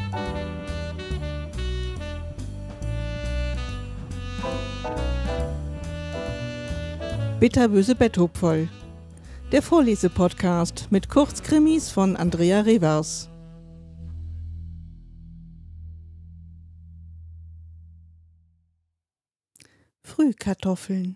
Bitterböse Betthupferl. Der Vorlesepodcast mit Kurzkrimis von Andrea Revers. Frühkartoffeln.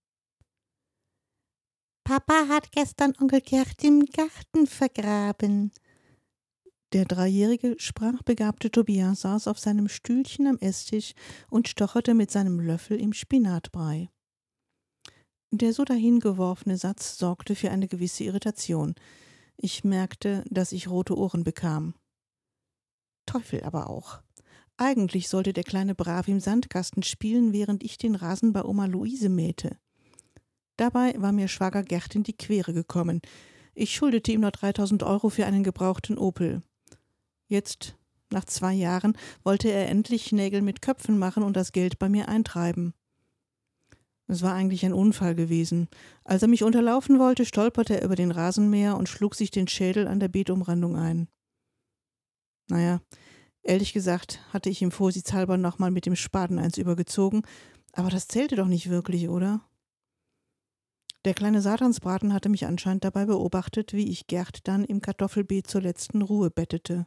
Papa hat gestern Onkel Gerd im Garten vergraben. Der 3-jährige, sprachbegabte Tobias saß auf seinem Stühlchen am Esstisch und stocherte mit seinem Löffel im Spinatbrei. Der so dahingeworfene Satz sorgte für eine gewisse Irritation. Ich merkte, dass ich rote Ohren bekam. Teufel aber auch. Eigentlich sollte der kleine brav im Sandkasten spielen, während ich den Rasen bei Oma Luise mähte. Dabei war mir Schwager Gerd in die Quere gekommen. Ich schuldete ihm noch 3.000 € für einen gebrauchten Opel. Jetzt, nach 2 Jahren, wollte er endlich Nägel mit Köpfen machen und das Geld bei mir eintreiben. Es war eigentlich ein Unfall gewesen. Als er mich unterlaufen wollte, stolperte er über den Rasenmäher und schlug sich den Schädel an der Beetumrandung ein. Naja, ehrlich gesagt hatte ich ihm vorsichtshalber nochmal mit dem Spaten eins übergezogen, aber das zählte doch nicht wirklich, oder? Der kleine Satansbraten hatte mich anscheinend dabei beobachtet, wie ich Gerd dann im Kartoffelbeet zur letzten Ruhe bettete.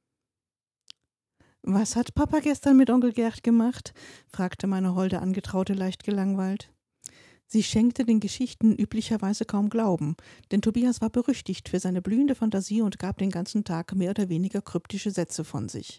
»Was hat Papa gestern mit Onkel Gerd gemacht?« fragte meine holde Angetraute leicht gelangweilt. Sie schenkte den Geschichten üblicherweise kaum Glauben, denn Tobias war berüchtigt für seine blühende Fantasie und gab den ganzen Tag mehr oder weniger kryptische Sätze von sich.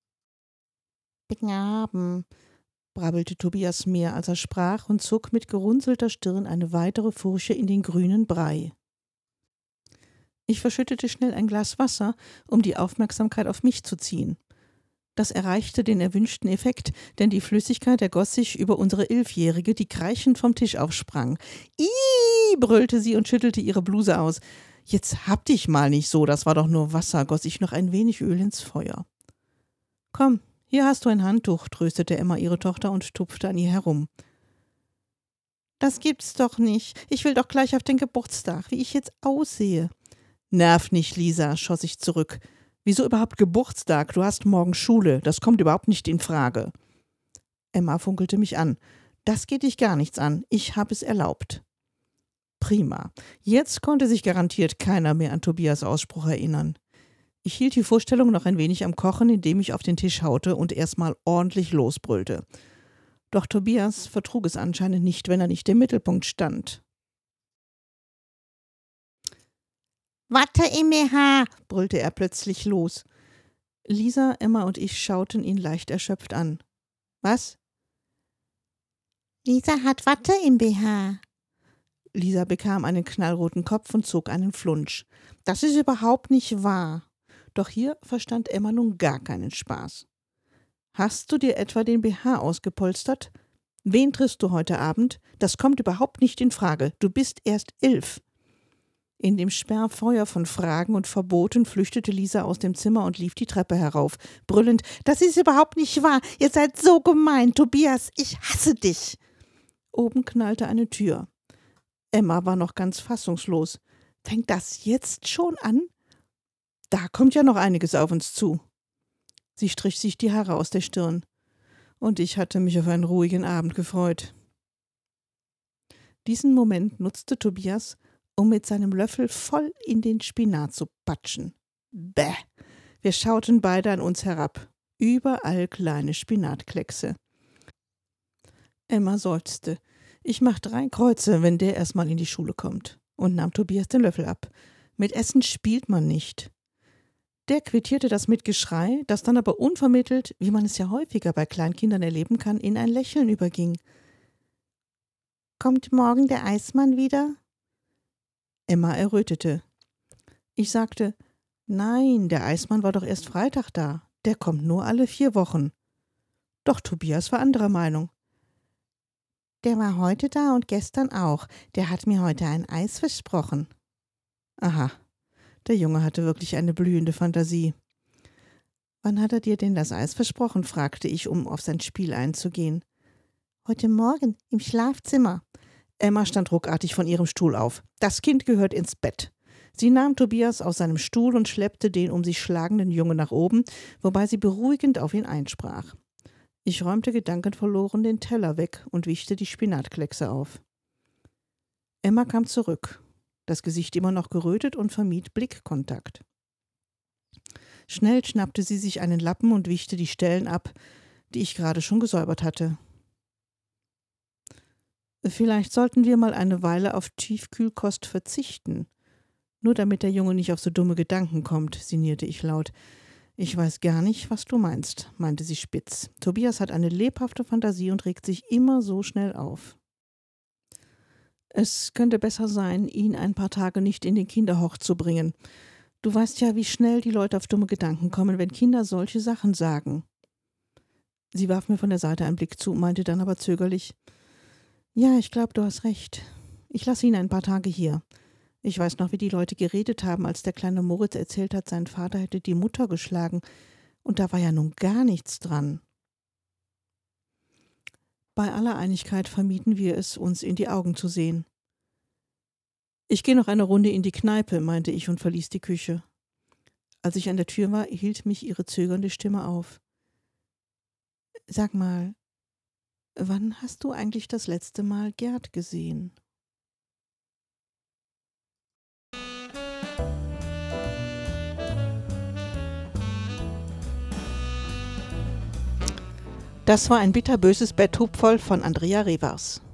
»Begraben«, brabbelte Tobias mehr, als er sprach, und zog mit gerunzelter Stirn eine weitere Furche in den grünen Brei. Ich verschüttete schnell ein Glas Wasser, um die Aufmerksamkeit auf mich zu ziehen. Das erreichte den erwünschten Effekt, denn die Flüssigkeit ergoss sich über unsere 11-Jährige, die kreischend vom Tisch aufsprang. »Ih«, brüllte sie und schüttelte ihre Bluse aus. »Jetzt hab dich mal nicht so, das war doch nur Wasser«, goss ich noch ein wenig Öl ins Feuer. »Komm, hier hast du ein Handtuch«, tröstete Emma ihre Tochter und tupfte an ihr herum. »Das gibt's doch nicht. Ich will doch gleich auf den Geburtstag, wie ich jetzt aussehe.« »Nerv nicht, Lisa«, schoss ich zurück. »Wieso überhaupt Geburtstag? Du hast morgen Schule. Das kommt überhaupt nicht in Frage.« Emma funkelte mich an. »Das geht dich gar nichts an. Ich habe es erlaubt.« Prima. Jetzt konnte sich garantiert keiner mehr an Tobias' Ausspruch erinnern. Ich hielt die Vorstellung noch ein wenig am Kochen, indem ich auf den Tisch haute und erstmal ordentlich losbrüllte. Doch Tobias vertrug es anscheinend nicht, wenn er nicht im Mittelpunkt stand. »Watte im BH«, brüllte er plötzlich los. Lisa, Emma und ich schauten ihn leicht erschöpft an. »Was?« »Lisa hat Watte im BH.« Lisa bekam einen knallroten Kopf und zog einen Flunsch. »Das ist überhaupt nicht wahr.« Doch hier verstand Emma nun gar keinen Spaß. »Hast du dir etwa den BH ausgepolstert? Wen triffst du heute Abend? Das kommt überhaupt nicht in Frage. Du bist erst 11.« In dem Sperrfeuer von Fragen und Verboten flüchtete Lisa aus dem Zimmer und lief die Treppe herauf, brüllend: »Das ist überhaupt nicht wahr! Ihr seid so gemein! Tobias, ich hasse dich!« Oben knallte eine Tür. Emma war noch ganz fassungslos. »Fängt das jetzt schon an? Da kommt ja noch einiges auf uns zu.« Sie strich sich die Haare aus der Stirn. Und ich hatte mich auf einen ruhigen Abend gefreut. Diesen Moment nutzte Tobias, um mit seinem Löffel voll in den Spinat zu patschen. Bäh! Wir schauten beide an uns herab. Überall kleine Spinatkleckse. Emma seufzte. »Ich mach 3 Kreuze, wenn der erstmal in die Schule kommt«, und nahm Tobias den Löffel ab. »Mit Essen spielt man nicht.« Der quittierte das mit Geschrei, das dann aber unvermittelt, wie man es ja häufiger bei Kleinkindern erleben kann, in ein Lächeln überging. »Kommt morgen der Eismann wieder?« Emma errötete. Ich sagte: »Nein, der Eismann war doch erst Freitag da. Der kommt nur alle 4 Wochen.« Doch Tobias war anderer Meinung. »Der war heute da und gestern auch. Der hat mir heute ein Eis versprochen.« Aha, der Junge hatte wirklich eine blühende Fantasie. »Wann hat er dir denn das Eis versprochen?« fragte ich, um auf sein Spiel einzugehen. »Heute Morgen im Schlafzimmer.« Emma stand ruckartig von ihrem Stuhl auf. »Das Kind gehört ins Bett. Sie nahm Tobias aus seinem Stuhl und schleppte den um sich schlagenden Jungen nach oben, wobei sie beruhigend auf ihn einsprach. Ich räumte gedankenverloren den Teller weg und wischte die Spinatkleckse auf. Emma kam zurück, das Gesicht immer noch gerötet und vermied Blickkontakt. Schnell schnappte sie sich einen Lappen und wischte die Stellen ab, die ich gerade schon gesäubert hatte. Vielleicht sollten wir mal eine Weile auf Tiefkühlkost verzichten. Nur damit der Junge nicht auf so dumme Gedanken kommt, sinnierte ich laut. Ich weiß gar nicht, was du meinst, meinte sie spitz. Tobias hat eine lebhafte Fantasie und regt sich immer so schnell auf. Es könnte besser sein, ihn ein paar Tage nicht in den Kinderhort zu bringen. Du weißt ja, wie schnell die Leute auf dumme Gedanken kommen, wenn Kinder solche Sachen sagen. Sie warf mir von der Seite einen Blick zu, meinte dann aber zögerlich: Ja, ich glaube, du hast recht. Ich lasse ihn ein paar Tage hier. Ich weiß noch, wie die Leute geredet haben, als der kleine Moritz erzählt hat, sein Vater hätte die Mutter geschlagen. Und da war ja nun gar nichts dran. Bei aller Einigkeit vermieden wir es, uns in die Augen zu sehen. Ich gehe noch eine Runde in die Kneipe, meinte ich und verließ die Küche. Als ich an der Tür war, hielt mich ihre zögernde Stimme auf. Sag mal, wann hast du eigentlich das letzte Mal Gerd gesehen? Das war ein bitterböses Betthupferl von Andrea Revers.